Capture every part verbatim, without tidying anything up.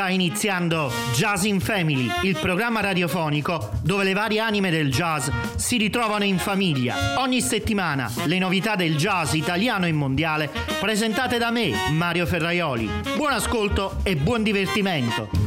Sta iniziando Jazz in Family, il programma radiofonico dove le varie anime del jazz si ritrovano in famiglia. Ogni settimana le novità del jazz italiano e mondiale presentate da me, Mario Ferraioli. Buon ascolto e buon divertimento.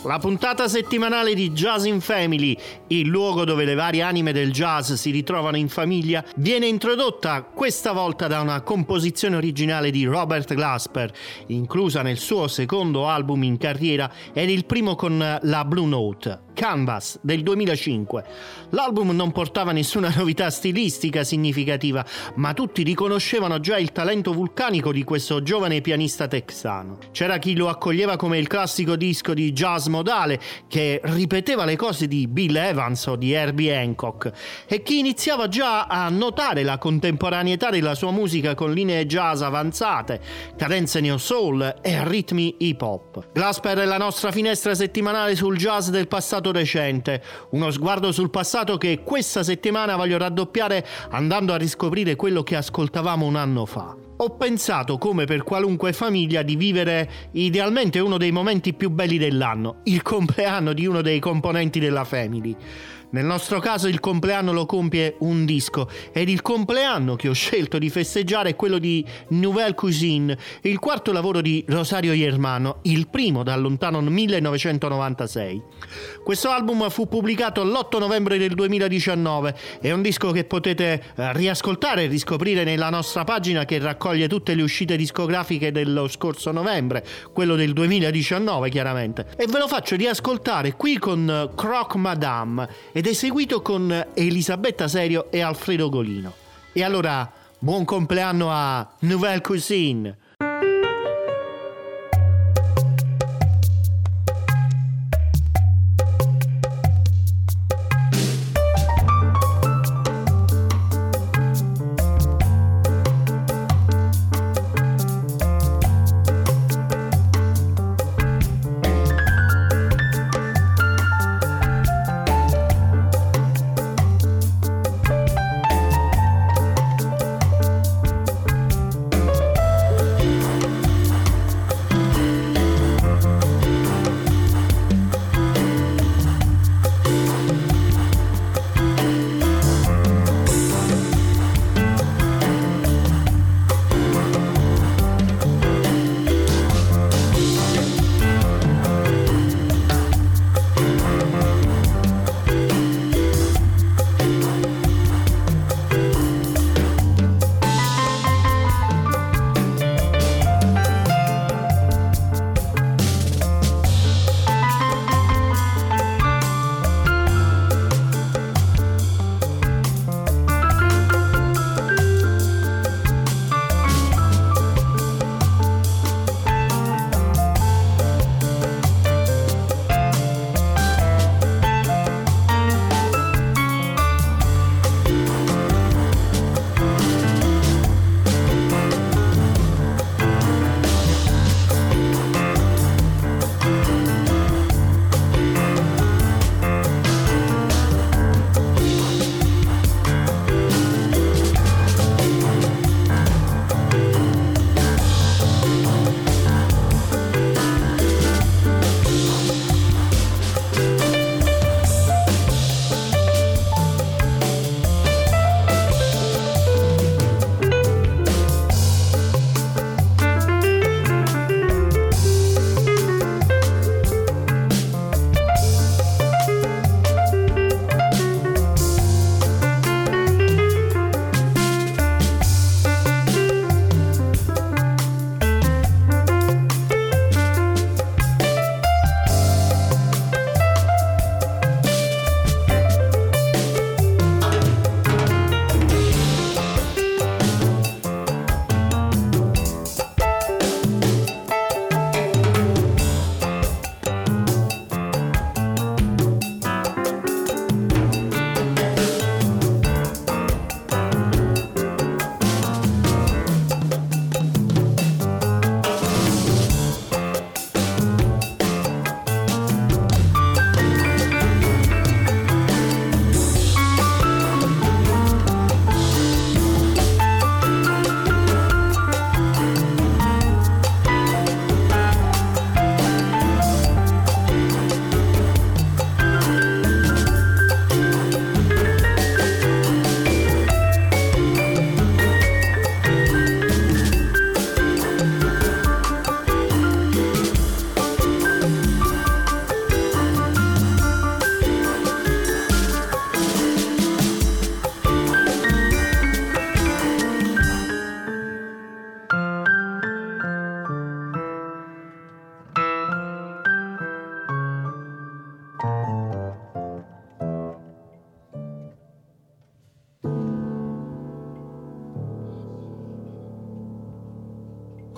La puntata settimanale di Jazz in Family, il luogo dove le varie anime del jazz si ritrovano in famiglia, viene introdotta questa volta da una composizione originale di Robert Glasper, inclusa nel suo secondo album in carriera ed il primo con la Blue Note, Canvas del duemilacinque. L'album non portava nessuna novità stilistica significativa, ma tutti riconoscevano già il talento vulcanico di questo giovane pianista texano. C'era chi lo accoglieva come il classico disco di jazz modale che ripeteva le cose di Bill Evans o di Herbie Hancock, e chi iniziava già a notare la contemporaneità della sua musica con linee jazz avanzate, cadenze neo soul e ritmi hip hop. Glasper è la nostra finestra settimanale sul jazz del passato recente, uno sguardo sul passato che questa settimana voglio raddoppiare andando a riscoprire quello che ascoltavamo un anno fa. Ho pensato, come per qualunque famiglia, di vivere idealmente uno dei momenti più belli dell'anno, il compleanno di uno dei componenti della family. Nel nostro caso il compleanno lo compie un disco, ed il compleanno che ho scelto di festeggiare è quello di Nouvelle Cuisine, il quarto lavoro di Rosario Germano, il primo dal lontano millenovecentonovantasei. Questo album fu pubblicato l'otto novembre del duemiladiciannove, è un disco che potete riascoltare e riscoprire nella nostra pagina che raccoglie tutte le uscite discografiche dello scorso novembre, quello del duemiladiciannove chiaramente, e ve lo faccio riascoltare qui con Croque Madame, ed eseguito con Elisabetta Serio e Alfredo Golino. E allora, buon compleanno a Nouvelle Cuisine!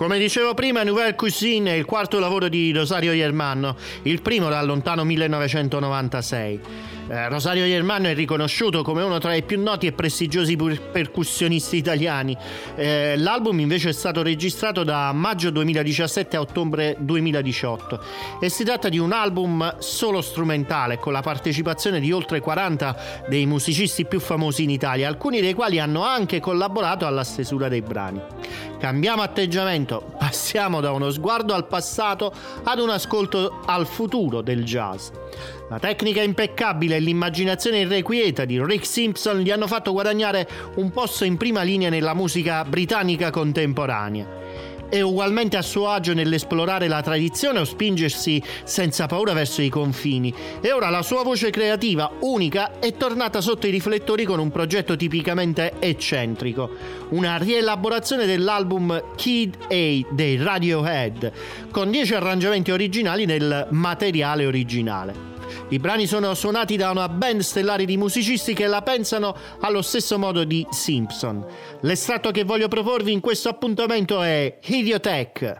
Come dicevo prima, Nouvelle Cuisine è il quarto lavoro di Rosario Germano, il primo dal lontano millenovecentonovantasei. Eh, Rosario Germano è riconosciuto come uno tra i più noti e prestigiosi percussionisti italiani. Eh, l'album invece è stato registrato da maggio duemiladiciassette a ottobre duemiladiciotto e si tratta di un album solo strumentale con la partecipazione di oltre quaranta dei musicisti più famosi in Italia, alcuni dei quali hanno anche collaborato alla stesura dei brani. Cambiamo atteggiamento, passiamo da uno sguardo al passato ad un ascolto al futuro del jazz. La tecnica impeccabile e l'immaginazione irrequieta di Rick Simpson gli hanno fatto guadagnare un posto in prima linea nella musica britannica contemporanea. È ugualmente a suo agio nell'esplorare la tradizione o spingersi senza paura verso i confini, e ora la sua voce creativa, unica, è tornata sotto i riflettori con un progetto tipicamente eccentrico, una rielaborazione dell'album Kid A dei Radiohead, con dieci arrangiamenti originali nel materiale originale. I brani sono suonati da una band stellare di musicisti che la pensano allo stesso modo di Simpson. L'estratto che voglio proporvi in questo appuntamento è Idiotech.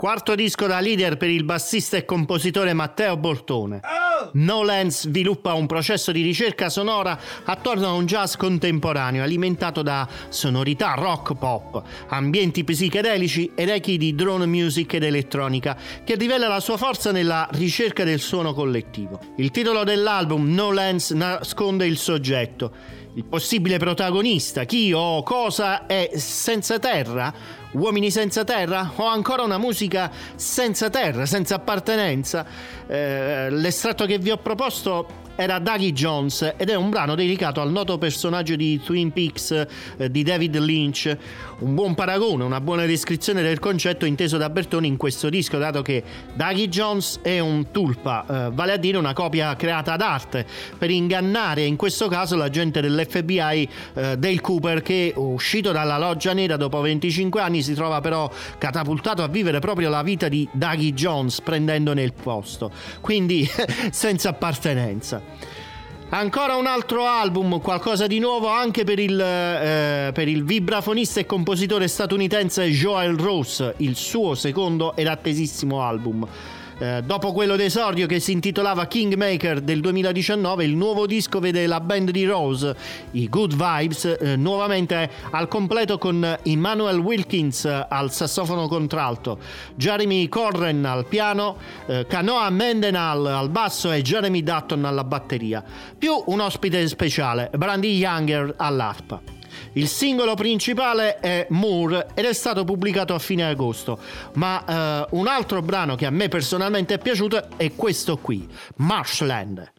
Quarto disco da leader per il bassista e compositore Matteo Boltone. Nolan sviluppa un processo di ricerca sonora attorno a un jazz contemporaneo alimentato da sonorità rock pop, ambienti psichedelici ed echi di drone music ed elettronica, che rivela la sua forza nella ricerca del suono collettivo. Il titolo dell'album, Nolan, nasconde il soggetto, il possibile protagonista, chi o cosa è senza terra, uomini senza terra o ancora una musica senza terra, senza appartenenza. Eh, l'estratto che vi ho proposto era Dougie Jones ed è un brano dedicato al noto personaggio di Twin Peaks eh, di David Lynch. Un buon paragone, una buona descrizione del concetto inteso da Bertoni in questo disco, dato che Dougie Jones è un tulpa, eh, vale a dire una copia creata ad arte per ingannare in questo caso l'agente dell'F B I eh, Dale Cooper, che uscito dalla loggia nera dopo venticinque anni si trova però catapultato a vivere proprio la vita di Dougie Jones, prendendone il posto, quindi senza appartenenza. Ancora un altro album, qualcosa di nuovo anche per il, eh, per il vibrafonista e compositore statunitense Joel Rose, il suo secondo ed attesissimo album. Eh, dopo quello d'esordio che si intitolava Kingmaker del duemiladiciannove, il nuovo disco vede la band di Rose, i Good Vibes, eh, nuovamente al completo con Emmanuel Wilkins al sassofono contralto, Jeremy Corren al piano, eh, Kanoa Mendenhall al basso e Jeremy Dutton alla batteria, più un ospite speciale, Brandi Younger all'arpa. Il singolo principale è Moore ed è stato pubblicato a fine agosto, ma eh, un altro brano che a me personalmente è piaciuto è questo qui, Marshland.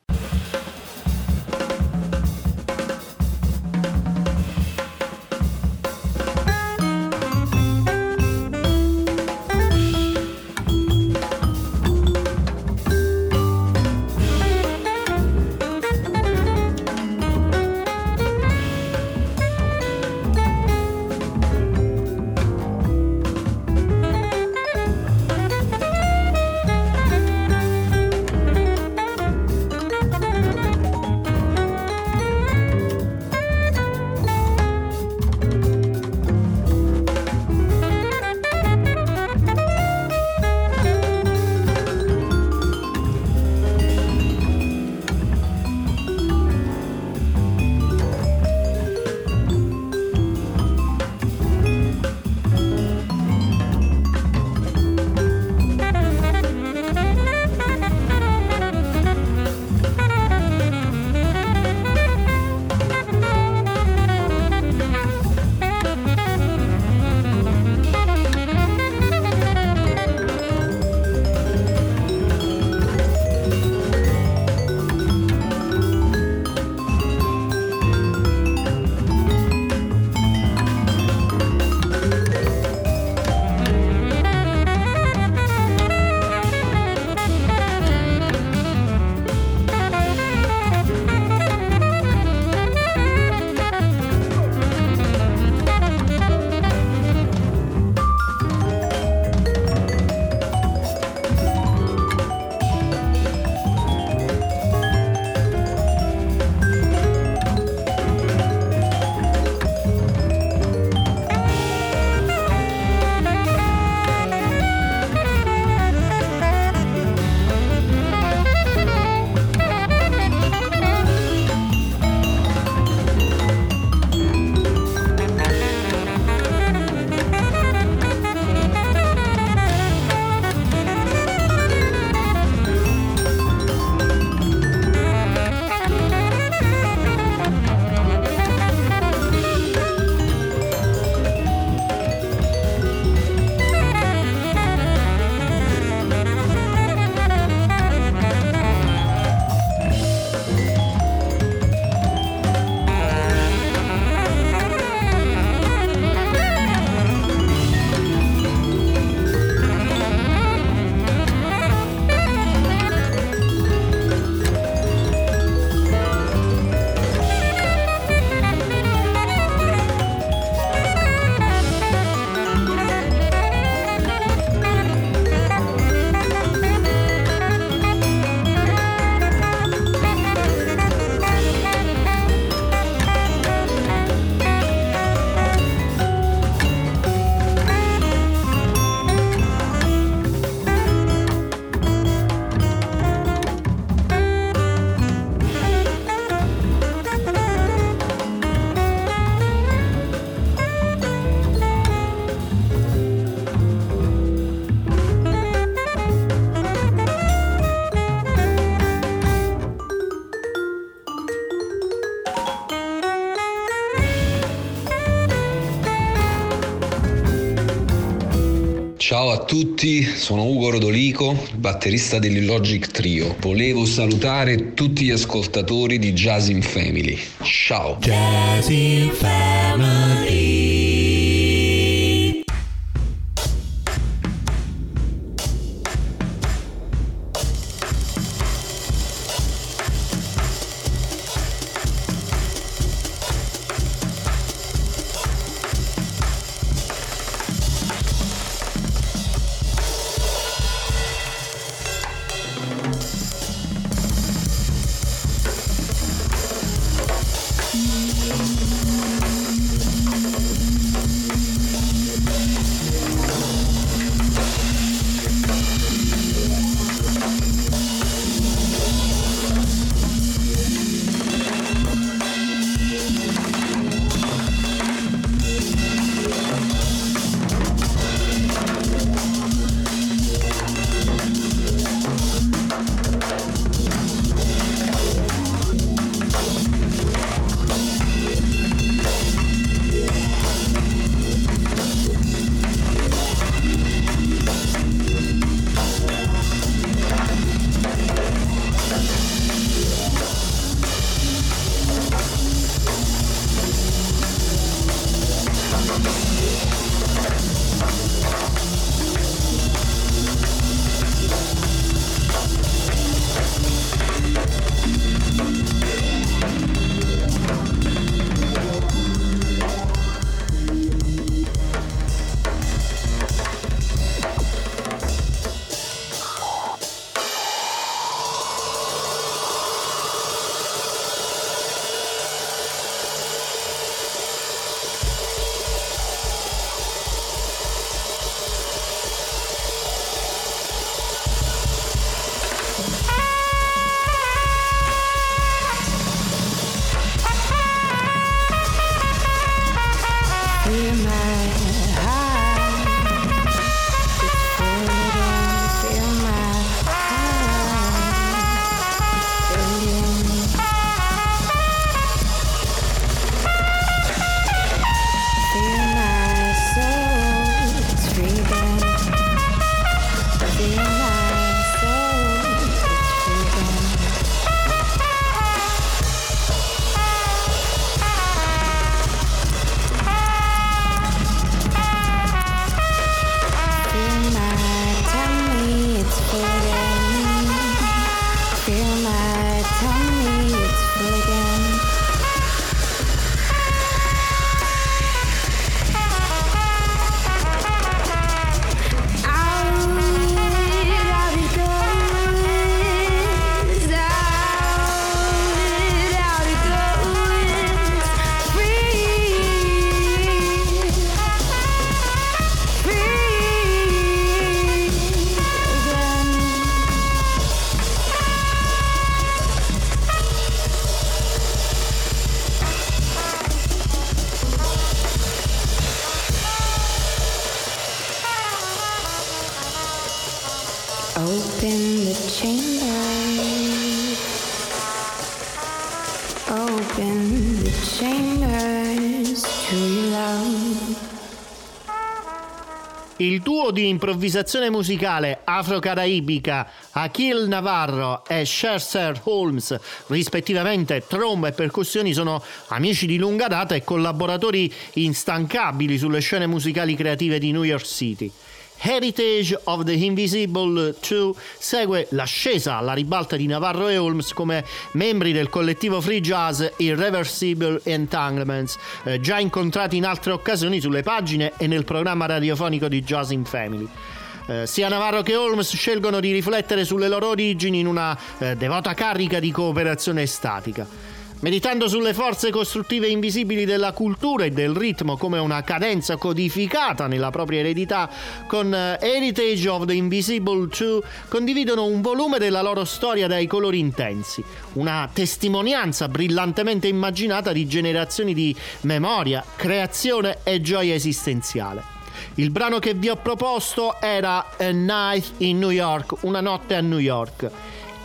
Ciao a tutti, sono Ugo Rodolico, batterista dell'Illogic Trio. Volevo salutare tutti gli ascoltatori di Jazzin' Family. Ciao! Jazzin' Family. Open the chambers, open the chambers to your love. Il duo di improvvisazione musicale afro-caraibica Akil Navarro e Sherser Holmes, rispettivamente tromba e percussioni, sono amici di lunga data e collaboratori instancabili sulle scene musicali creative di New York City. Heritage of the Invisible due segue l'ascesa alla ribalta di Navarro e Holmes come membri del collettivo free jazz Irreversible Entanglements, eh, già incontrati in altre occasioni sulle pagine e nel programma radiofonico di Jazzin' Family. Eh, sia Navarro che Holmes scelgono di riflettere sulle loro origini in una eh, devota carica di cooperazione estatica. Meditando sulle forze costruttive invisibili della cultura e del ritmo come una cadenza codificata nella propria eredità, con Heritage of the Invisible due condividono un volume della loro storia dai colori intensi, una testimonianza brillantemente immaginata di generazioni di memoria, creazione e gioia esistenziale. Il brano che vi ho proposto era A Night in New York, una notte a New York.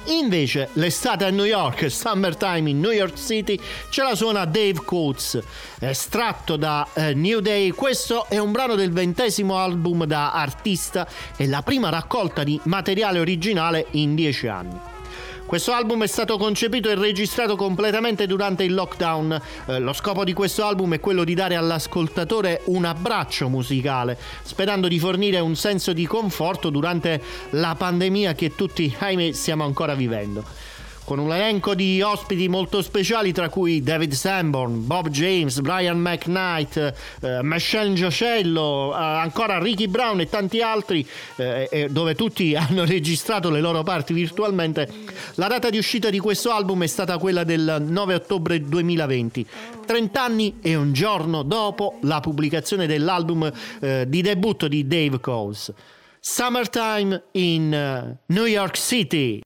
Invece l'estate a New York, Summertime in New York City, ce la suona Dave Coates, estratto da eh, New Day. Questo è un brano del ventesimo album da artista e la prima raccolta di materiale originale in dieci anni. Questo album è stato concepito e registrato completamente durante il lockdown. Eh, lo scopo di questo album è quello di dare all'ascoltatore un abbraccio musicale, sperando di fornire un senso di conforto durante la pandemia che tutti, ahimè, stiamo ancora vivendo. Con un elenco di ospiti molto speciali, tra cui David Sanborn, Bob James, Brian McKnight, eh, Michelle Giocello, eh, ancora Ricky Brown e tanti altri, eh, eh, dove tutti hanno registrato le loro parti virtualmente. La data di uscita di questo album è stata quella del nove ottobre duemilaventi, trent'anni e un giorno dopo la pubblicazione dell'album eh, di debutto di Dave Coates, Summertime in uh, New York City.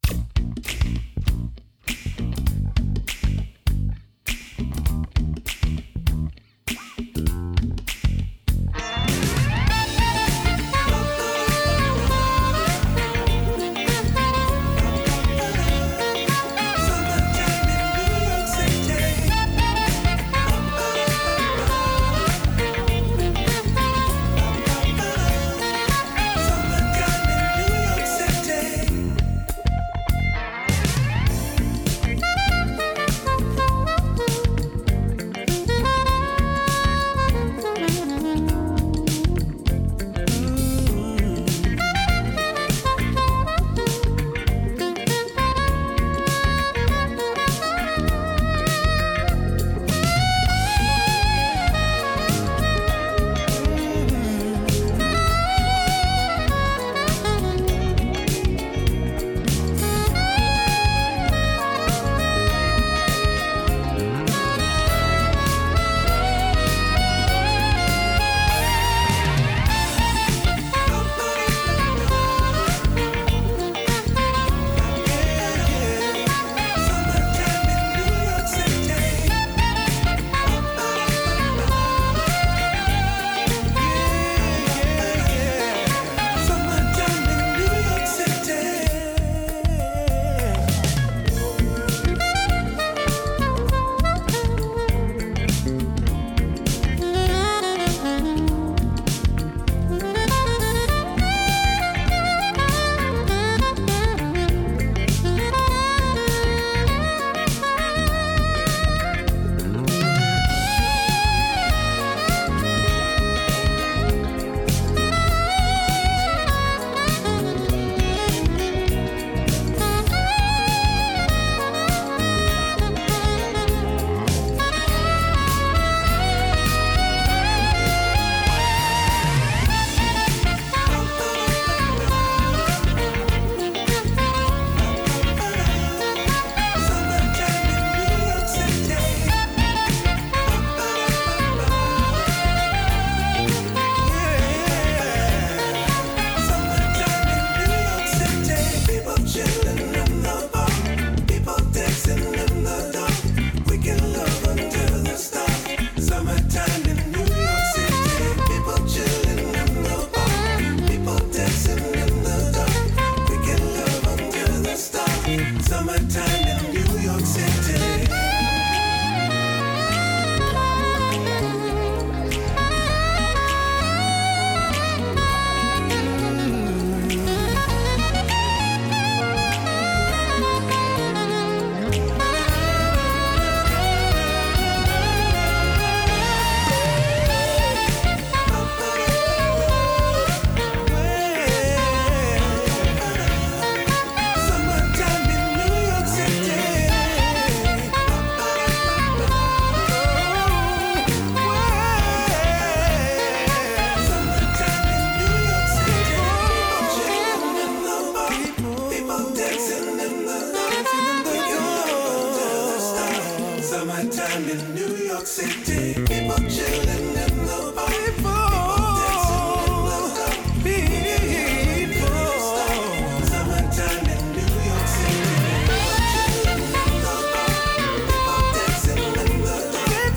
Summertime in New York City, people chilling in the bar, people dancing in the dark, people. Summertime in New York City, people chilling in the bar, people dancing in the dark,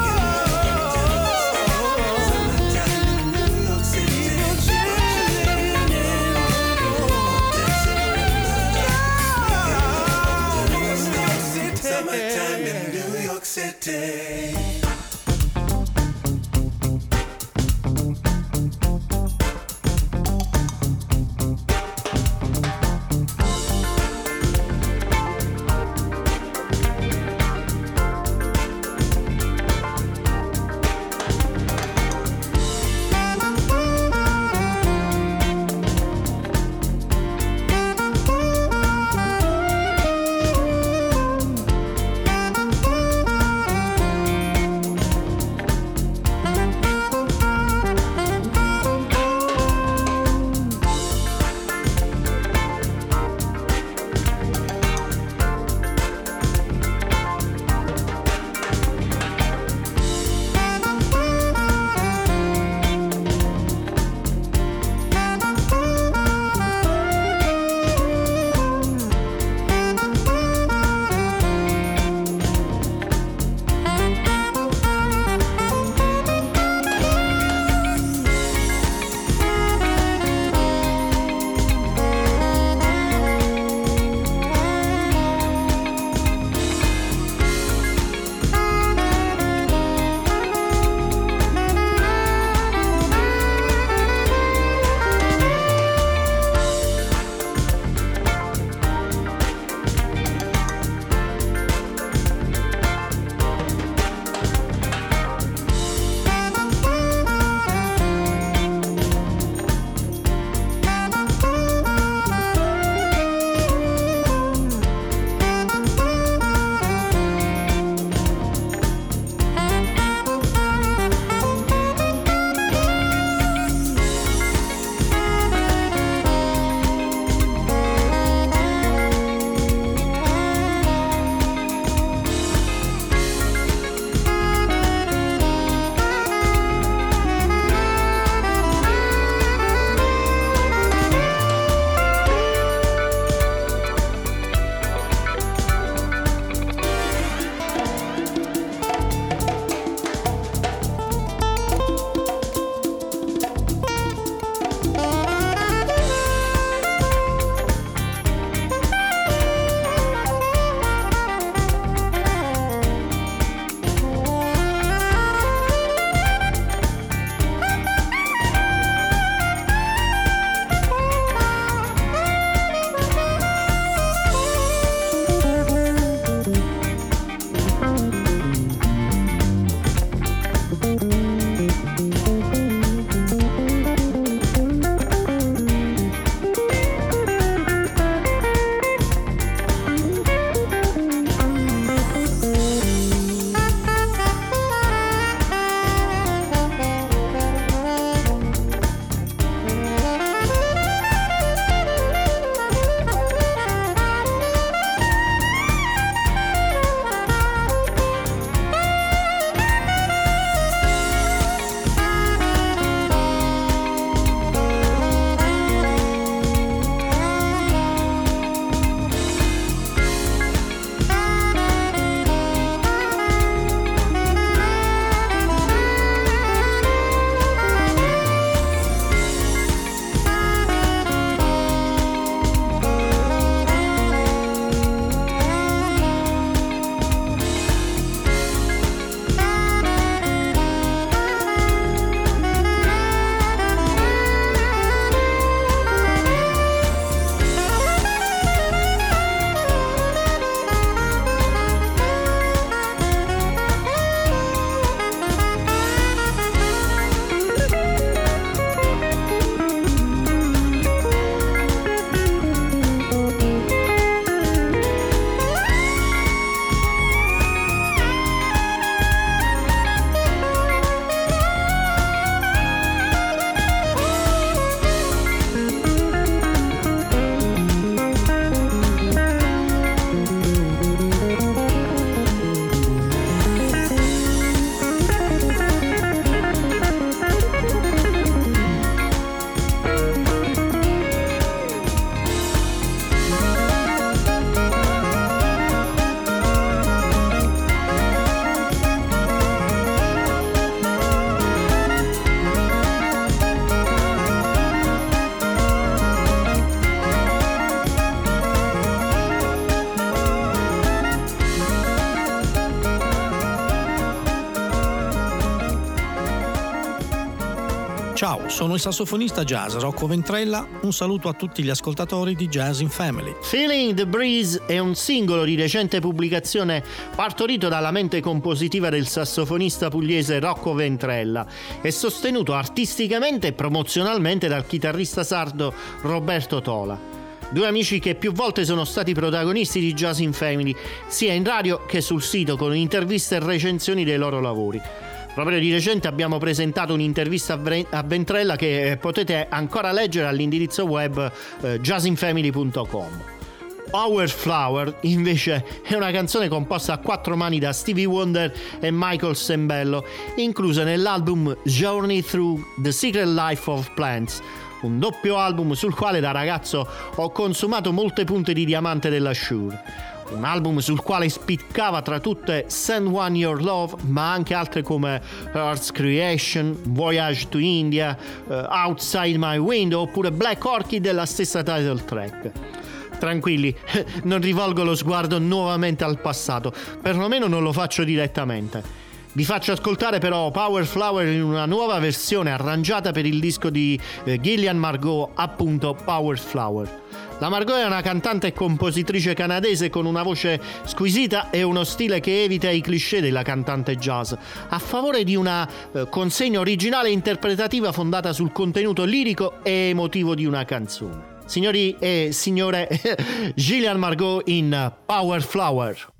people. Summertime in New York City, people chilling in the bar, people dancing in the dark. Ciao, sono il sassofonista jazz Rocco Ventrella, un saluto a tutti gli ascoltatori di Jazz in Family. Feeling the Breeze è un singolo di recente pubblicazione partorito dalla mente compositiva del sassofonista pugliese Rocco Ventrella e sostenuto artisticamente e promozionalmente dal chitarrista sardo Roberto Tola. Due amici che più volte sono stati protagonisti di Jazz in Family, sia in radio che sul sito, con interviste e recensioni dei loro lavori. Proprio di recente abbiamo presentato un'intervista a Ventrella che potete ancora leggere all'indirizzo web eh, jazz in family punto com. Power Flower invece è una canzone composta a quattro mani da Stevie Wonder e Michael Sembello, inclusa nell'album Journey Through the Secret Life of Plants, un doppio album sul quale da ragazzo ho consumato molte punte di diamante della Shure. Un album sul quale spiccava tra tutte Send One Your Love, ma anche altre come Earth's Creation, Voyage to India, uh, Outside My Window oppure Black Orchid della stessa title track. Tranquilli, non rivolgo lo sguardo nuovamente al passato, perlomeno non lo faccio direttamente. Vi faccio ascoltare però Power Flower in una nuova versione arrangiata per il disco di eh, Gillian Margot, appunto Power Flower. La Margot è una cantante e compositrice canadese con una voce squisita e uno stile che evita i cliché della cantante jazz, a favore di una eh, consegna originale e interpretativa fondata sul contenuto lirico e emotivo di una canzone. Signori e signore, Gillian Margot in Power Flower.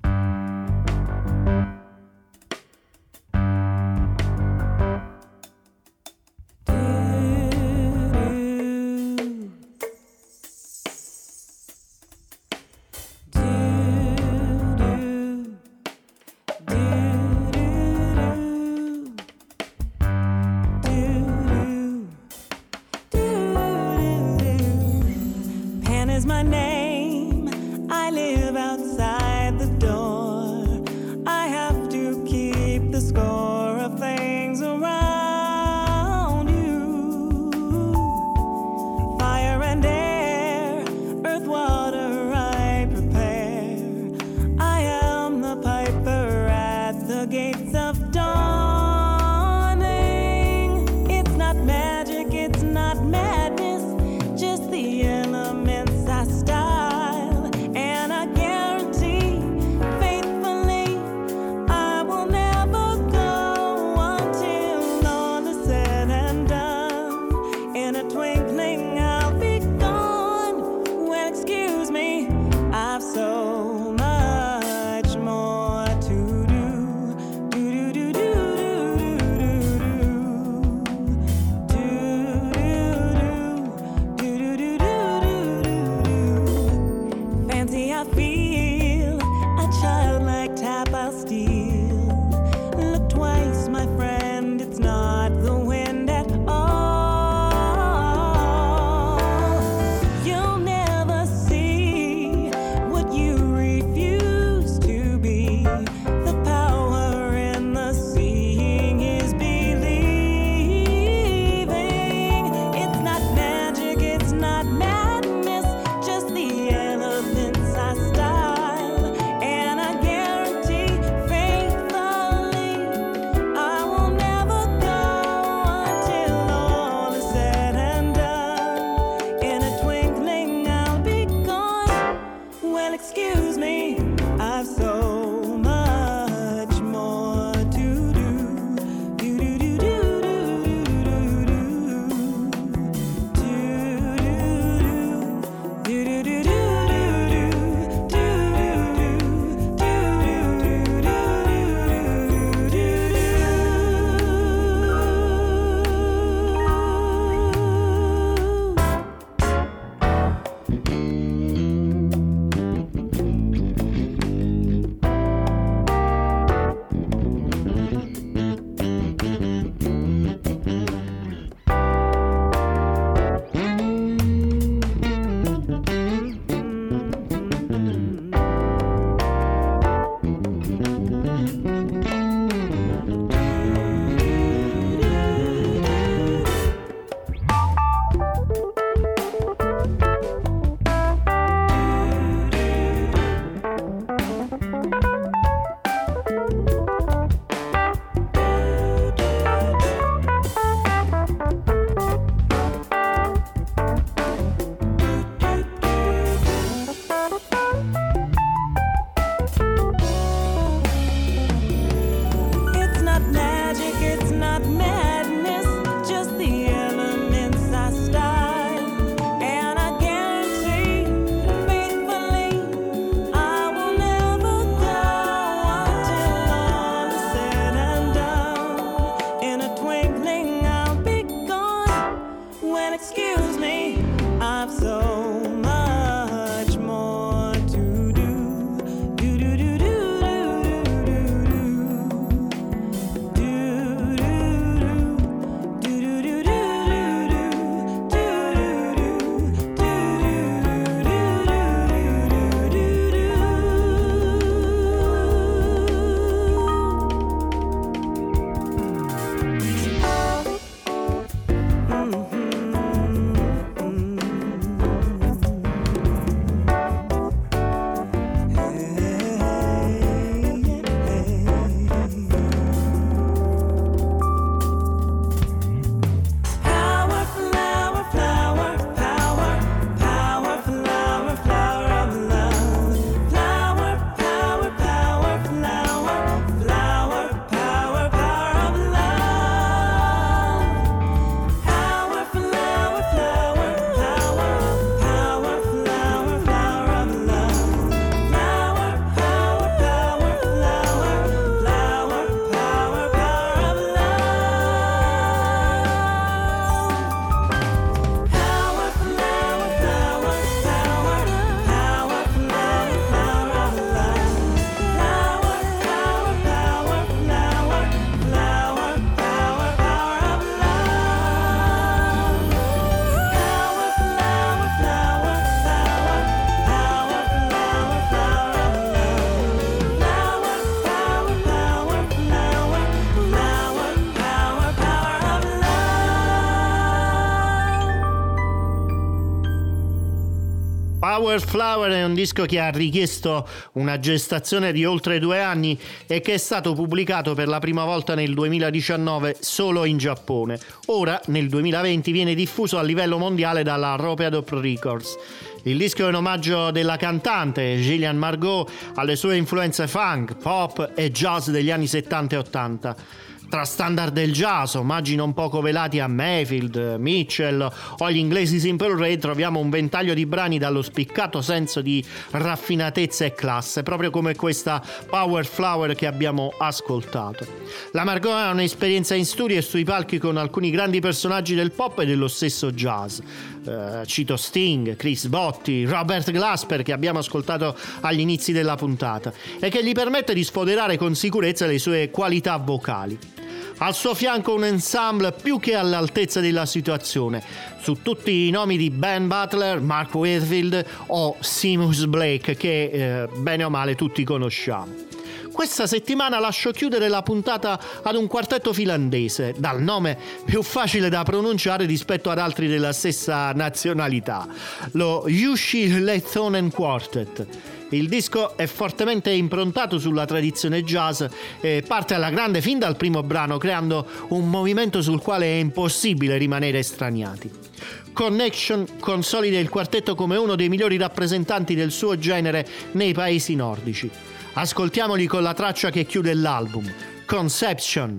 So much more to do, do, do, do, do. Power Flower è un disco che ha richiesto una gestazione di oltre due anni e che è stato pubblicato per la prima volta nel duemiladiciannove solo in Giappone. Ora, nel duemilaventi, viene diffuso a livello mondiale dalla Ropeadop Records. Il disco è un omaggio della cantante Gillian Margot alle sue influenze funk, pop e jazz degli anni settanta e ottanta. Tra standard del jazz, omaggi non poco velati a Mayfield, Mitchell o agli inglesi Simple Red, troviamo un ventaglio di brani dallo spiccato senso di raffinatezza e classe, proprio come questa Power Flower che abbiamo ascoltato. La Margot ha un'esperienza in studio e sui palchi con alcuni grandi personaggi del pop e dello stesso jazz. Uh, cito Sting, Chris Botti, Robert Glasper, che abbiamo ascoltato agli inizi della puntata, e che gli permette di sfoderare con sicurezza le sue qualità vocali. Al suo fianco un ensemble più che all'altezza della situazione, su tutti i nomi di Ben Butler, Mark Whitfield o Seamus Blake, che eh, bene o male tutti conosciamo. Questa settimana lascio chiudere la puntata ad un quartetto finlandese, dal nome più facile da pronunciare rispetto ad altri della stessa nazionalità, lo Jussi Leittonen Quartet. Il disco è fortemente improntato sulla tradizione jazz e parte alla grande fin dal primo brano, creando un movimento sul quale è impossibile rimanere estraniati. Connection consolida il quartetto come uno dei migliori rappresentanti del suo genere nei paesi nordici. Ascoltiamoli con la traccia che chiude l'album, Conception.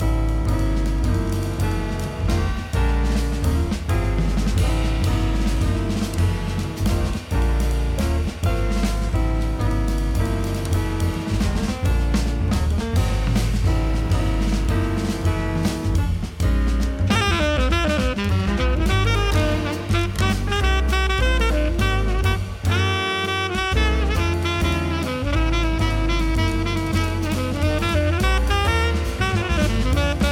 Thank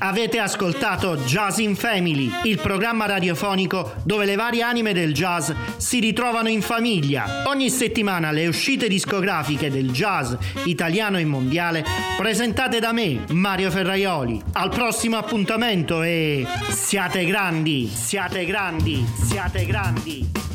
Avete ascoltato Jazz in Family, il programma radiofonico dove le varie anime del jazz si ritrovano in famiglia. Ogni settimana le uscite discografiche del jazz italiano e mondiale presentate da me, Mario Ferraioli. Al prossimo appuntamento e siate grandi, siate grandi, siate grandi.